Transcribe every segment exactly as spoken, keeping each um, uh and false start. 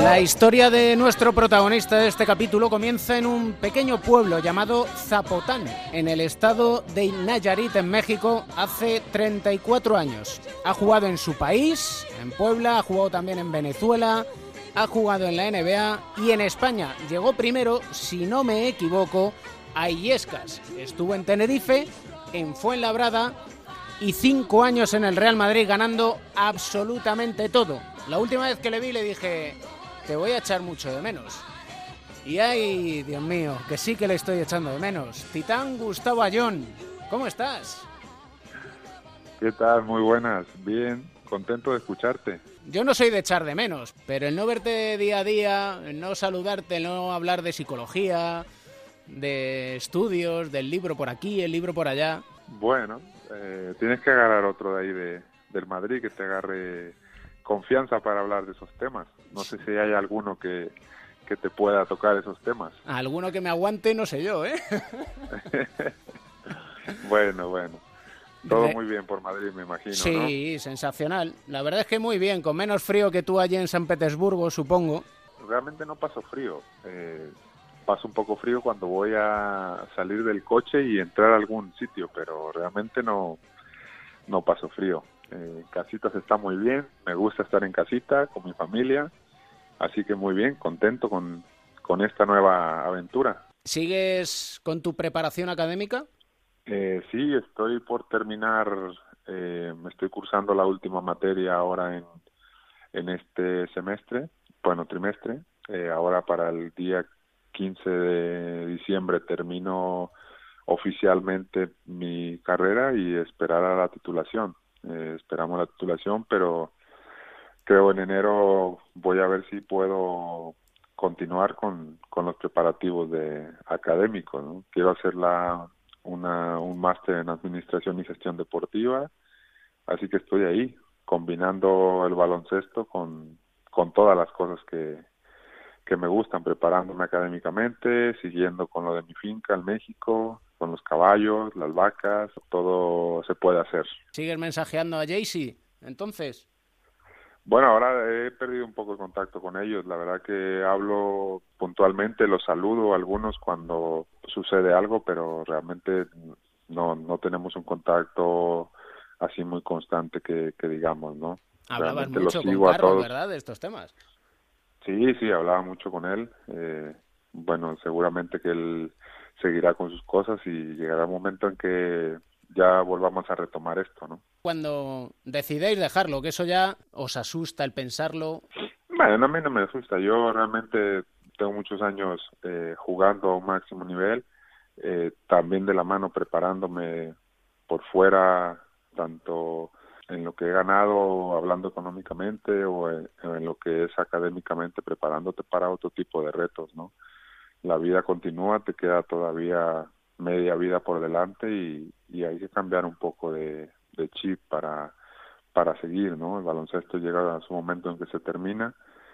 La historia de nuestro protagonista de este capítulo comienza en un pequeño pueblo llamado Zapotán, en el estado de Nayarit, en México, hace treinta y cuatro años. Ha jugado en su país, en Puebla, ha jugado también en Venezuela, ha jugado en la N B A y en España. Llegó primero, si no me equivoco, a Illescas. Estuvo en Tenerife, en Fuenlabrada y cinco años en el Real Madrid, ganando absolutamente todo. La última vez que le vi le dije: te voy a echar mucho de menos. Y ay, Dios mío, que sí que le estoy echando de menos. Titán Gustavo Ayón, ¿cómo estás? ¿Qué tal? Muy buenas. Bien, contento de escucharte. Yo no soy de echar de menos, pero el no verte día a día, el no saludarte, el no hablar de psicología, de estudios, del libro por aquí, el libro por allá. Bueno, eh, tienes que agarrar otro de ahí de, del Madrid que te agarre confianza para hablar de esos temas. No sé si hay alguno que, que te pueda tocar esos temas. Alguno que me aguante, no sé yo, ¿eh? Bueno, bueno. Todo muy bien por Madrid, me imagino, sí, ¿no? Sensacional. La verdad es que muy bien, con menos frío que tú allí en San Petersburgo, supongo. Realmente no paso frío. Eh, paso un poco frío cuando voy a salir del coche y entrar a algún sitio, pero realmente no, no paso frío. Eh, en casita se está muy bien, me gusta estar en casita con mi familia, así que muy bien, contento con, con esta nueva aventura. ¿Sigues con tu preparación académica? Eh, sí, estoy por terminar, eh, me estoy cursando la última materia ahora en, en este semestre, bueno, trimestre. Eh, ahora para el día quince de diciembre termino oficialmente mi carrera y esperar a la titulación. Eh, esperamos la titulación, pero creo en enero voy a ver si puedo continuar con, con los preparativos de académicos, ¿no? Quiero hacer la, una, un máster en Administración y Gestión Deportiva, así que estoy ahí, combinando el baloncesto con, con todas las cosas que, que me gustan, preparándome académicamente, siguiendo con lo de mi finca en México, con los caballos, las vacas, todo se puede hacer. ¿Sigues mensajeando a Jaycee, entonces? Bueno, ahora he perdido un poco el contacto con ellos. La verdad que hablo puntualmente, los saludo a algunos cuando sucede algo, pero realmente no no tenemos un contacto así muy constante que, que digamos, ¿no? Hablabas Realmente mucho los con sigo a Carlos, todos. ¿verdad?, de estos temas. Sí, sí, hablaba mucho con él. Eh, bueno, seguramente que él seguirá con sus cosas y llegará un momento en que ya volvamos a retomar esto, ¿no? Cuando decidéis dejarlo, que eso ya os asusta el pensarlo. Bueno, a mí no me asusta. Yo realmente tengo muchos años eh, jugando a un máximo nivel, eh, también de la mano preparándome por fuera, tanto en lo que he ganado hablando económicamente o en, en lo que es académicamente preparándote para otro tipo de retos, ¿no? La vida continúa, te queda todavía media vida por delante y, y hay que cambiar un poco de, de chip para para seguir, ¿no? El baloncesto llega a su momento en que se termina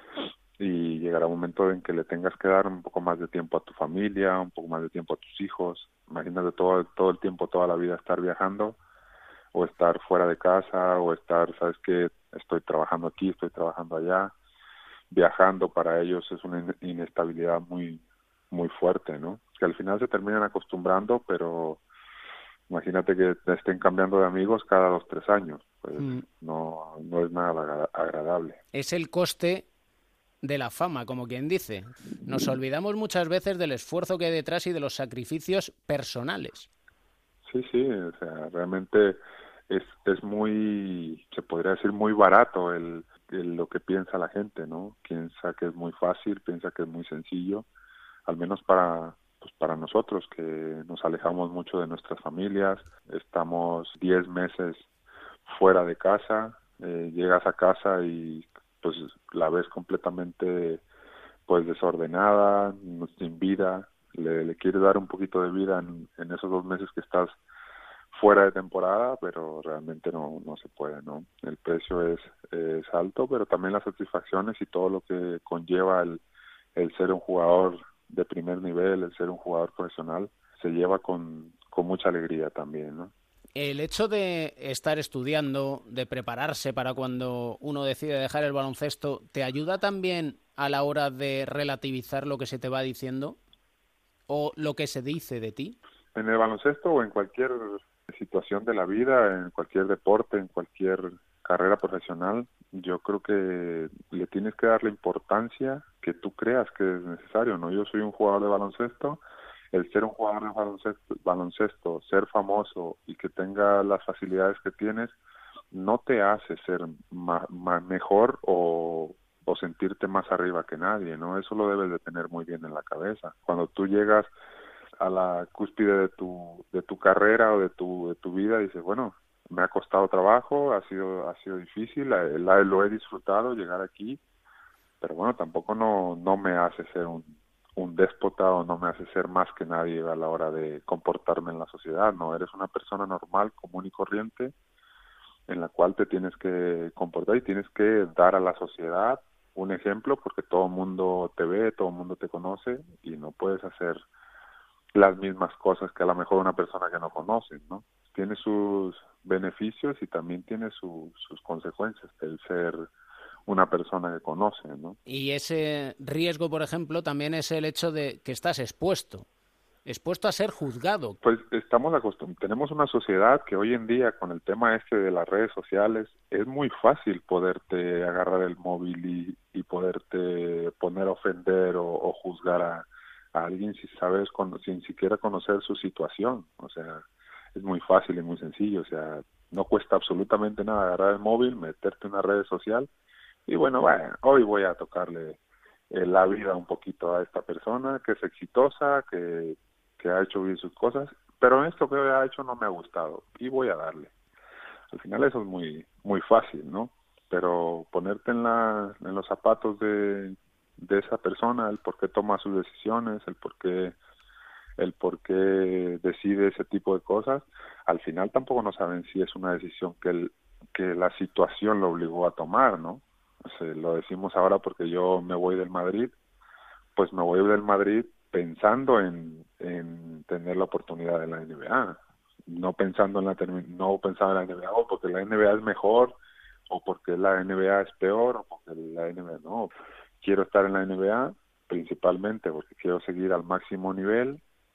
y llegará un momento en que le tengas que dar un poco más de tiempo a tu familia, un poco más de tiempo a tus hijos. Imagínate todo, todo el tiempo, toda la vida estar viajando o estar fuera de casa o estar, ¿sabes qué? Estoy trabajando aquí, estoy trabajando allá. Viajando para ellos es una inestabilidad muy, muy fuerte, ¿no? Que al final se terminan acostumbrando, pero imagínate que te estén cambiando de amigos cada dos, tres años. Pues mm. no, no es nada agradable. Es el coste de la fama, como quien dice. Nos olvidamos muchas veces del esfuerzo que hay detrás y de los sacrificios personales. Sí, sí, o sea, realmente es, es muy, se podría decir muy barato el, el lo que piensa la gente, ¿no? Piensa que es muy fácil, piensa que es muy sencillo, al menos para pues para nosotros que nos alejamos mucho de nuestras familias, estamos diez meses fuera de casa, eh, llegas a casa y pues la ves completamente pues desordenada, sin vida, le, le quieres dar un poquito de vida en, en esos dos meses que estás fuera de temporada, pero realmente no no se puede, ¿no? El precio es, es alto, pero también las satisfacciones y todo lo que conlleva el, el ser un jugador de primer nivel, el ser un jugador profesional, se lleva con, con mucha alegría también, ¿no? El hecho de estar estudiando, de prepararse para cuando uno decide dejar el baloncesto, ¿te ayuda también a la hora de relativizar lo que se te va diciendo o lo que se dice de ti? En el baloncesto o en cualquier situación de la vida, en cualquier deporte, en cualquier carrera profesional, yo creo que le tienes que dar la importancia que tú creas que es necesario, ¿no? Yo soy un jugador de baloncesto. El ser un jugador de baloncesto, baloncesto, ser famoso y que tenga las facilidades que tienes, no te hace ser ma, ma, mejor o, o sentirte más arriba que nadie, ¿no? Eso lo debes de tener muy bien en la cabeza. Cuando tú llegas a la cúspide de tu de tu carrera o de tu de tu vida, dices, bueno, me ha costado trabajo, ha sido ha sido difícil, la, la, lo he disfrutado llegar aquí, pero bueno, tampoco no no me hace ser un un déspota o no me hace ser más que nadie a la hora de comportarme en la sociedad, no, eres una persona normal, común y corriente, en la cual te tienes que comportar y tienes que dar a la sociedad un ejemplo, porque todo el mundo te ve, todo el mundo te conoce y no puedes hacer las mismas cosas que a lo mejor una persona que no conoce, ¿no? Tiene sus beneficios y también tiene su, sus consecuencias, el ser una persona que conoce, ¿no? Y ese riesgo, por ejemplo, también es el hecho de que estás expuesto, expuesto a ser juzgado. Pues estamos acostumbrados, tenemos una sociedad que hoy en día con el tema este de las redes sociales es muy fácil poderte agarrar el móvil y, y poderte poner a ofender o, o juzgar a, a alguien si sabes, con, sin siquiera conocer su situación, o sea, es muy fácil y muy sencillo, o sea, no cuesta absolutamente nada agarrar el móvil, meterte en una red social y bueno, bueno, hoy voy a tocarle eh, la vida un poquito a esta persona que es exitosa, que, que ha hecho bien sus cosas, pero esto que ha hecho no me ha gustado y voy a darle. Al final eso es muy muy fácil, ¿no? Pero ponerte en la en los zapatos de, de esa persona, el por qué toma sus decisiones, el por qué el por qué decide ese tipo de cosas, al final tampoco no saben si es una decisión que el, que la situación lo obligó a tomar, ¿no? O sea, lo decimos ahora porque yo me voy del Madrid, pues me voy del Madrid pensando en, en tener la oportunidad de la N B A, no pensando en la no pensando en la N B A o porque la N B A es mejor o porque la N B A es peor o porque la N B A no. Quiero estar en la N B A principalmente porque quiero seguir al máximo nivel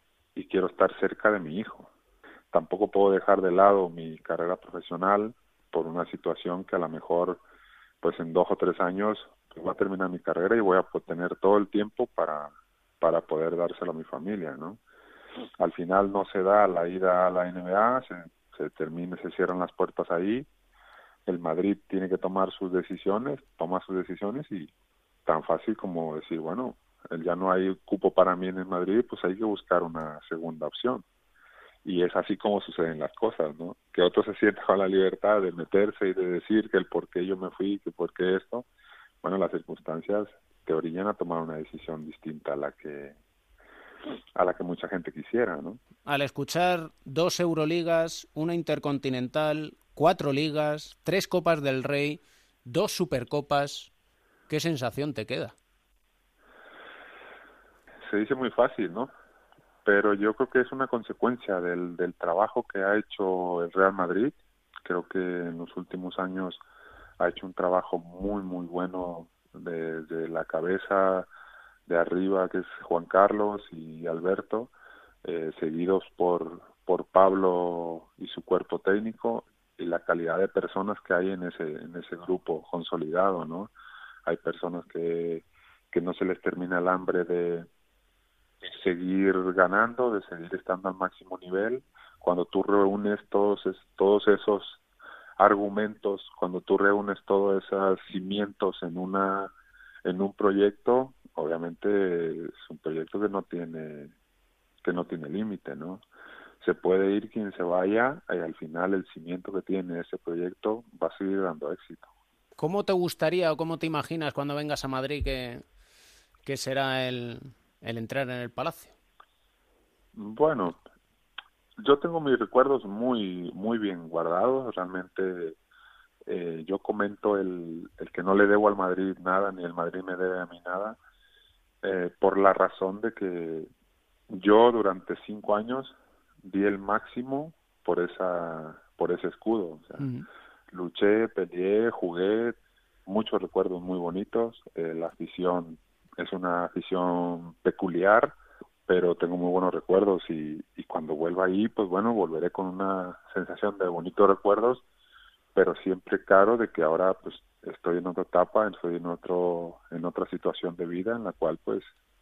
y quiero estar cerca de mi hijo. Tampoco puedo dejar de lado mi carrera profesional por una situación que a lo mejor pues en dos o tres años pues, voy a terminar mi carrera y voy a tener todo el tiempo para, para poder dárselo a mi familia, ¿no? Al final no se da la ida a la N B A, se, se termina, se cierran las puertas ahí, el Madrid tiene que tomar sus decisiones, toma sus decisiones y tan fácil como decir, bueno, ya no hay cupo para mí en el Madrid, pues hay que buscar una segunda opción. Y es así como suceden las cosas, ¿no? Que otros se sientan con la libertad de meterse y de decir que el por qué yo me fui, que por qué esto. Bueno, las circunstancias te orillan a tomar una decisión distinta a la que a la que mucha gente quisiera, ¿no? Al escuchar dos Euroligas, una Intercontinental, cuatro ligas, tres Copas del Rey, dos Supercopas, ¿qué sensación te queda? Se dice muy fácil, ¿no? Pero yo creo que es una consecuencia del, del trabajo que ha hecho el Real Madrid. Creo que en los últimos años ha hecho un trabajo muy, muy bueno desde de la cabeza de arriba, que es Juan Carlos y Alberto, eh, seguidos por, por Pablo y su cuerpo técnico, y la calidad de personas que hay en ese, en ese grupo consolidado, ¿no? Hay personas que, que no se les termina el hambre de seguir ganando, de seguir estando al máximo nivel. Cuando tú reúnes todos es, todos esos argumentos, cuando tú reúnes todos esos cimientos en una en un proyecto, obviamente es un proyecto que no tiene que no tiene límite, ¿no? Se puede ir quien se vaya y al final el cimiento que tiene ese proyecto va a seguir dando éxito. ¿Cómo te gustaría o cómo te imaginas cuando vengas a Madrid que, que será el el entrar en el Palacio? Bueno, yo tengo mis recuerdos muy muy bien guardados, realmente eh, yo comento el, el que no le debo al Madrid nada, ni el Madrid me debe a mí nada, eh, por la razón de que yo durante cinco años di el máximo por esa por ese escudo. O sea, Mm. luché, peleé, jugué, muchos recuerdos muy bonitos. Eh, la afición es una afición peculiar, pero tengo muy buenos recuerdos y, y cuando vuelva ahí, pues bueno, volveré con una sensación de bonitos recuerdos, pero siempre claro de que ahora pues estoy en otra etapa, estoy en otro en otra situación de vida en la cual pues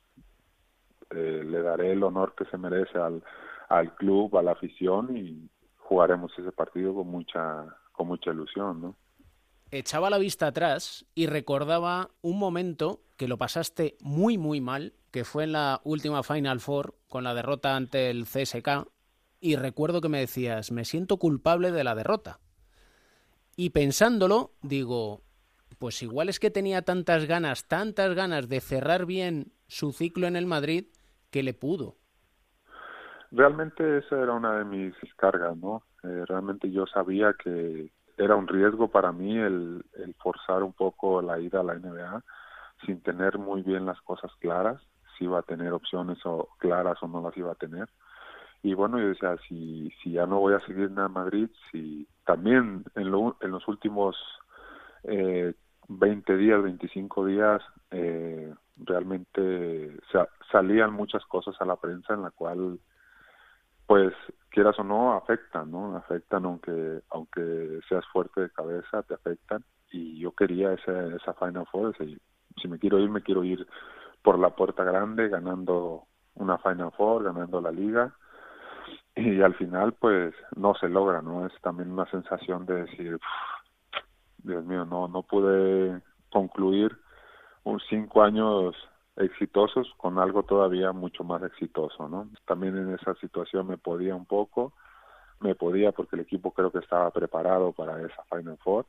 eh, le daré el honor que se merece al al club, a la afición y jugaremos ese partido con mucha con mucha ilusión, ¿no? Echaba la vista atrás y recordaba un momento que lo pasaste muy muy mal, que fue en la última Final Four con la derrota ante el C S K, y recuerdo que me decías, me siento culpable de la derrota. Y pensándolo, digo, pues igual es que tenía tantas ganas, tantas ganas de cerrar bien su ciclo en el Madrid que le pudo. Realmente esa era una de mis cargas, ¿no? Eh, realmente yo sabía que era un riesgo para mí el, el forzar un poco la ida a la N B A sin tener muy bien las cosas claras, si iba a tener opciones o claras o no las iba a tener. Y bueno, yo decía, si, si ya no voy a seguir en el Madrid, si también en, lo, en los últimos eh, veinte días, veinticinco días, eh, realmente sa salían muchas cosas a la prensa en la cual pues quieras o no afectan, ¿no? Afectan aunque aunque seas fuerte de cabeza, te afectan y yo quería ese, esa Final Four, ese, si me quiero ir, me quiero ir por la puerta grande, ganando una Final Four, ganando la liga y al final pues no se logra, ¿no? Es también una sensación de decir, Dios mío, no no pude concluir un cinco años exitosos con algo todavía mucho más exitoso, ¿no? También en esa situación me podía un poco, me podía porque el equipo creo que estaba preparado para esa Final Four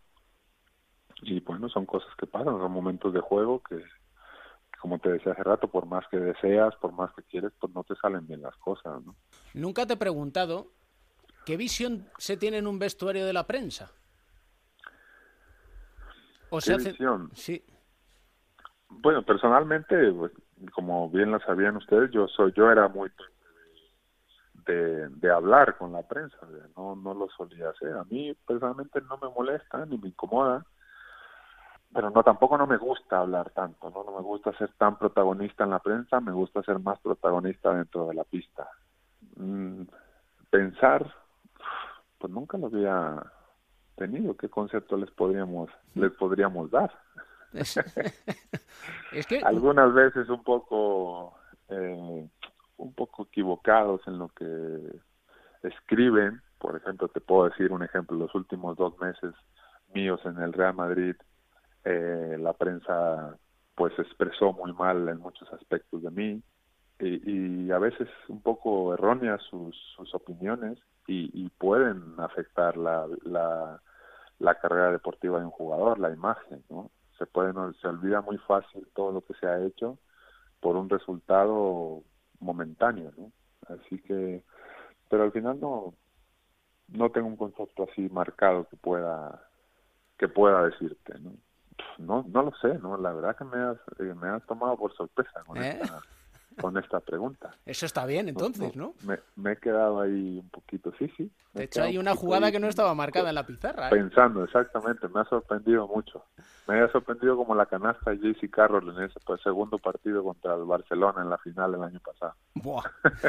y bueno, son cosas que pasan, son momentos de juego que, como te decía hace rato, por más que deseas, por más que quieres, pues no te salen bien las cosas, ¿no? Nunca te he preguntado qué visión se tiene en un vestuario de la prensa. O se ¿Qué hace... visión? Sí. Bueno, personalmente, pues, como bien lo sabían ustedes, yo soy, yo era muy de, de hablar con la prensa, no, no lo solía hacer. A mí personalmente no me molesta ni me incomoda, pero no tampoco no me gusta hablar tanto, no, no me gusta ser tan protagonista en la prensa, me gusta ser más protagonista dentro de la pista. Mm, pensar, pues nunca lo había tenido. ¿Qué concepto les podríamos les podríamos dar? Es, es que... Algunas veces un poco eh, un poco equivocados en lo que escriben. Por ejemplo, te puedo decir un ejemplo, los últimos dos meses míos en el Real Madrid, eh, la prensa pues expresó muy mal en muchos aspectos de mí y, y a veces un poco erróneas sus, sus opiniones y, y pueden afectar la, la, la carrera deportiva de un jugador, la imagen, ¿no? Se puede, se olvida muy fácil todo lo que se ha hecho por un resultado momentáneo, ¿no? Así que, pero al final no, no tengo un concepto así marcado que pueda, que pueda decirte, ¿no? No, no lo sé, ¿no? La verdad que me has, eh, me has tomado por sorpresa con ¿Eh? esta, con esta pregunta. Eso está bien, No, entonces, no, ¿no? me, me he quedado ahí un poquito, sí, sí. Me Te he he hecho quedado ahí un una poquito jugada ahí que no estaba marcada en la pizarra, ¿eh? pensando, exactamente, me ha sorprendido mucho. Me ha sorprendido como la canasta de J C Carroll en ese pues, segundo partido contra el Barcelona en la final el año pasado. Buah.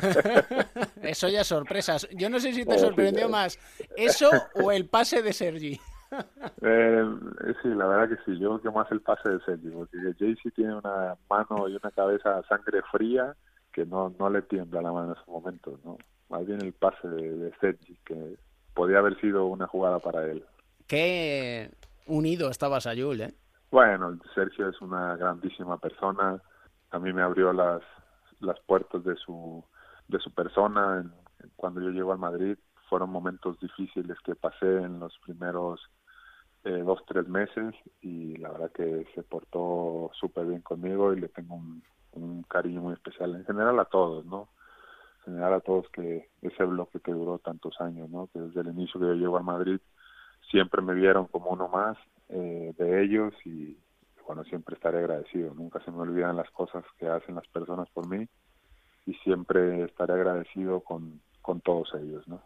Eso ya es sorpresas. Yo no sé si te Eh, sí, sorprendió eh, más eso o el pase de Sergi. eh, sí, la verdad que sí, yo creo que más el pase de Sergi, porque J C tiene una mano y una cabeza sangre fría que no, no le tiembla la mano en esos momentos, ¿no? Más bien el pase de, de Sergi, que podía haber sido una jugada para él. Qué unido estaba Sayul, ¿eh? Bueno, Sergio es una grandísima persona. A mí me abrió las las puertas de su de su persona. Cuando yo llego al Madrid, fueron momentos difíciles que pasé en los primeros eh, dos tres meses y la verdad que se portó súper bien conmigo y le tengo un, un cariño muy especial en general a todos, ¿no? En general a todos, que ese bloque que duró tantos años, ¿no? Que desde el inicio que yo llego al Madrid siempre me vieron como uno más eh, de ellos y bueno, siempre estaré agradecido. Nunca se me olvidan las cosas que hacen las personas por mí y siempre estaré agradecido con, con todos ellos, ¿no?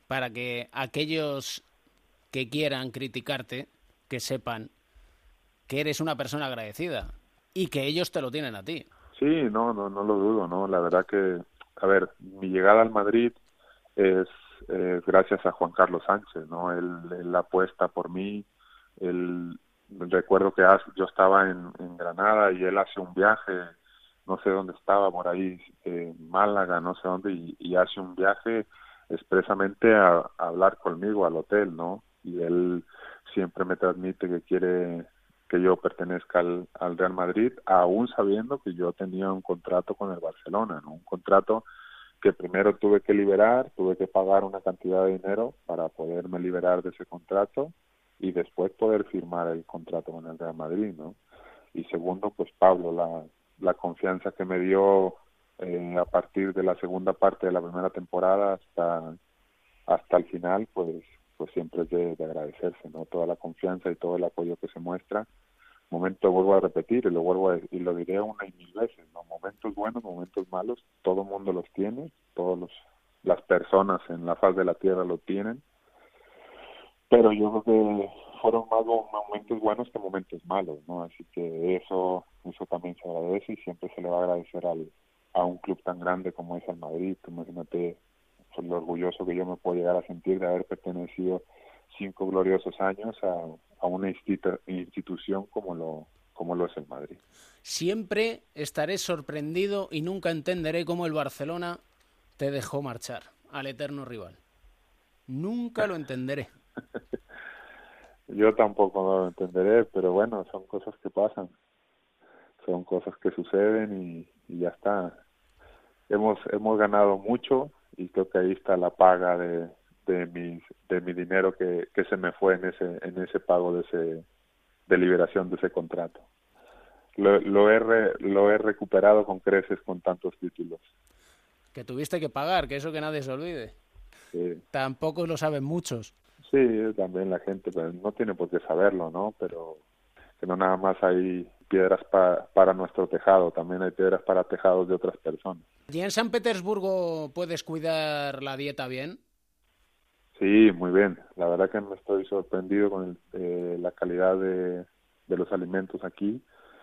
para que aquellos que quieran criticarte, que sepan que eres una persona agradecida y que ellos te lo tienen a ti. Sí, no, no, no lo dudo, ¿no? La verdad que, a ver, mi llegada al Madrid es eh, gracias a Juan Carlos Sánchez, ¿no? Él, él apuesta por mí. Él, recuerdo que hace, yo estaba en, en Granada y él hace un viaje, no sé dónde estaba, por ahí, eh, Málaga, no sé dónde, y, y hace un viaje expresamente a, a hablar conmigo al hotel, ¿no? Y él siempre me transmite que quiere que yo pertenezca al, al Real Madrid, aún sabiendo que yo tenía un contrato con el Barcelona, ¿no? Un contrato que primero tuve que liberar, tuve que pagar una cantidad de dinero para poderme liberar de ese contrato y después poder firmar el contrato con el Real Madrid, ¿no? Y segundo, pues Pablo, la, la confianza que me dio eh, a partir de la segunda parte de la primera temporada hasta hasta el final, pues pues siempre es de, de agradecerse, ¿no? Toda la confianza y todo el apoyo que se muestra. Momento, vuelvo a repetir y lo vuelvo a, y lo diré una y mil veces, ¿no? Momentos buenos, momentos malos, todo el mundo los tiene, todos los las personas en la faz de la tierra lo tienen, pero yo creo que fueron más momentos buenos que momentos malos, ¿no? Así que eso eso también se agradece y siempre se le va a agradecer al a un club tan grande como es el Madrid. Imagínate pues, lo orgulloso que yo me puedo llegar a sentir de haber pertenecido cinco gloriosos años a, a una institu- institución como lo como lo es el Madrid. Siempre estaré sorprendido y nunca entenderé cómo el Barcelona te dejó marchar al eterno rival. Nunca lo entenderé. Yo tampoco lo entenderé, pero bueno, son cosas que pasan, son cosas que suceden y, y ya está. Hemos hemos ganado mucho y creo que ahí está la paga de de mis de mi dinero que, que se me fue en ese en ese pago de ese de liberación de ese contrato. Lo lo he re, lo he recuperado con creces con tantos títulos. Que tuviste que pagar, que eso que nadie se olvide. Sí. Tampoco lo saben muchos. Sí, también la gente pues, no tiene por qué saberlo, ¿no? Pero que no nada más hay piedras pa, para nuestro tejado, también hay piedras para tejados de otras personas. ¿Y en San Petersburgo puedes cuidar la dieta bien? Sí, muy bien. La verdad que me estoy sorprendido con el, eh, la calidad de, de los alimentos aquí.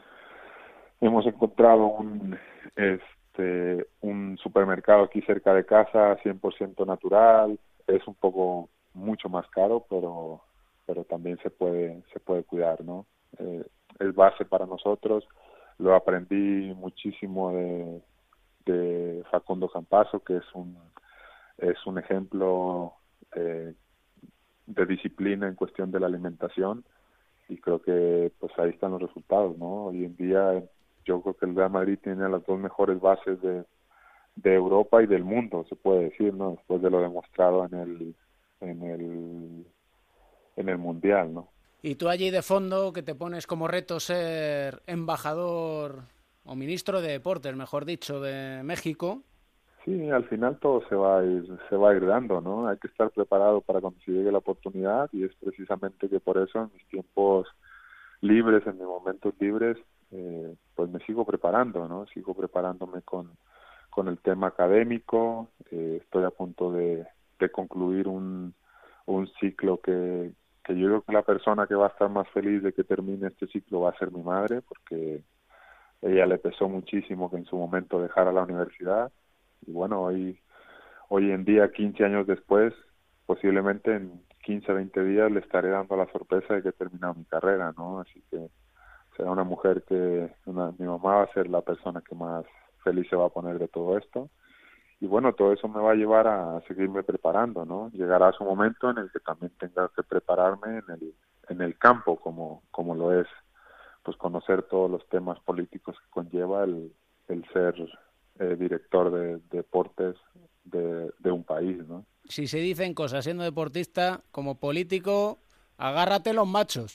Hemos encontrado un este un supermercado aquí cerca de casa, cien por ciento natural. Es un poco mucho más caro, pero pero también se puede se puede cuidar, ¿no? Eh, es base para nosotros. Lo aprendí muchísimo de de Facundo Campazo, que es un es un ejemplo eh, de disciplina en cuestión de la alimentación y creo que pues ahí están los resultados, ¿no? Hoy en día yo creo que el Real Madrid tiene las dos mejores bases de de Europa y del mundo, se puede decir, ¿no? Después de lo demostrado en el en el en el mundial, ¿no? Y tú allí de fondo que te pones como reto ser embajador o ministro de deportes, mejor dicho, de México. Sí, al final todo se va a ir, se va a ir dando, ¿no? Hay que estar preparado para cuando se llegue la oportunidad y es precisamente que por eso en mis tiempos libres, en mis momentos libres, eh, pues me sigo preparando, ¿no? Sigo preparándome con, con el tema académico, eh, estoy a punto de, de concluir un, un ciclo que, que yo creo que la persona que va a estar más feliz de que termine este ciclo va a ser mi madre, porque ella le pesó muchísimo que en su momento dejara la universidad. Y bueno, hoy hoy en día, quince años después, posiblemente en quince, veinte días le estaré dando la sorpresa de que he terminado mi carrera, ¿no? Así que será una mujer que, una, mi mamá va a ser la persona que más feliz se va a poner de todo esto. Y bueno, todo eso me va a llevar a seguirme preparando, ¿no? Llegará su momento en el que también tenga que prepararme en el, en el campo, como, como lo es, pues conocer todos los temas políticos que conlleva el, el ser Eh, director de, de deportes de, de un país, ¿no? Si se dicen cosas siendo deportista, como político, agárrate los machos.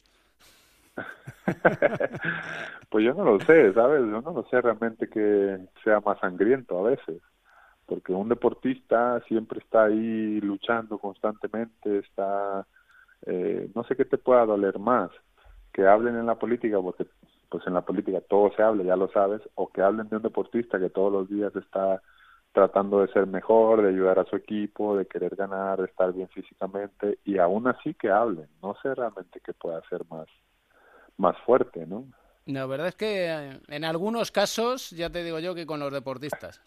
Pues yo no lo sé, ¿sabes? Yo no lo sé realmente que sea más sangriento a veces, porque un deportista siempre está ahí luchando constantemente, está, eh, no sé qué te pueda doler más, que hablen en la política, porque pues en la política todo se habla, ya lo sabes, o que hablen de un deportista que todos los días está tratando de ser mejor, de ayudar a su equipo, de querer ganar, de estar bien físicamente, y aún así que hablen. No sé realmente qué pueda ser más, más fuerte, ¿no? La verdad es que en algunos casos, ya te digo yo que con los deportistas.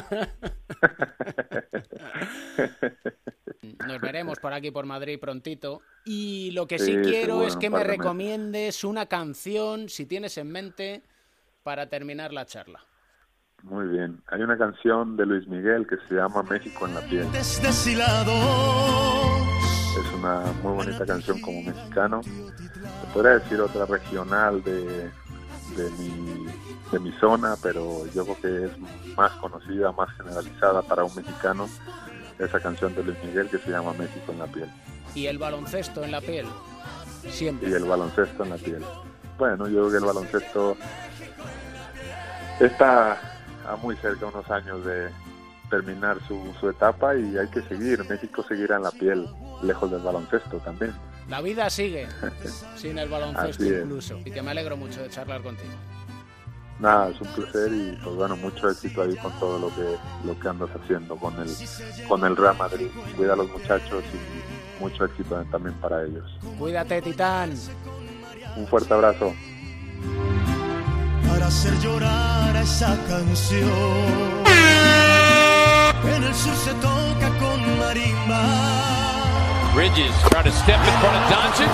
Nos veremos por aquí, por Madrid, prontito. Y lo que sí, sí quiero seguro, es que me recomiendes una canción, si tienes en mente, para terminar la charla. Muy bien. Hay una canción de Luis Miguel que se llama México en la piel. Es una muy bonita canción como mexicano. Se podría decir otra regional de, de, mi, de mi zona, pero yo creo que es más conocida, más generalizada para un mexicano, esa canción de Luis Miguel que se llama México en la piel. ¿Y el baloncesto en la piel? Siempre. Y el baloncesto en la piel. Bueno, yo creo que el baloncesto está a muy cerca, unos años de terminar su, su etapa, y hay que seguir. México seguirá en la piel, lejos del baloncesto también. La vida sigue, sin el baloncesto incluso. Y que me alegro mucho de charlar contigo. Nada, es un placer y pues bueno, mucho éxito ahí con todo lo que lo que andas haciendo con el con el Real Madrid. Cuida a los muchachos y mucho éxito también para ellos. Cuídate, Titán. Un fuerte abrazo. Para hacer llorar a esa canción, en el sur se toca con marimba. Bridges trying to step in front of Doncic,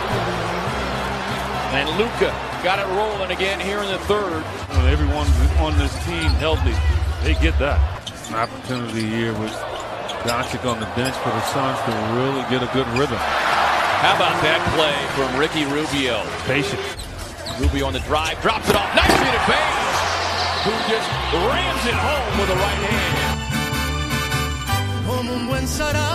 and Luka got it rolling again here in the third. When everyone on this team healthy, they get that. An opportunity here with Doncic on the bench for the Suns to really get a good rhythm. How about that play from Ricky Rubio? Patient. Rubio on the drive, drops it off. Nicely to Baines, who just rams it home with the right hand. Como un buen Sara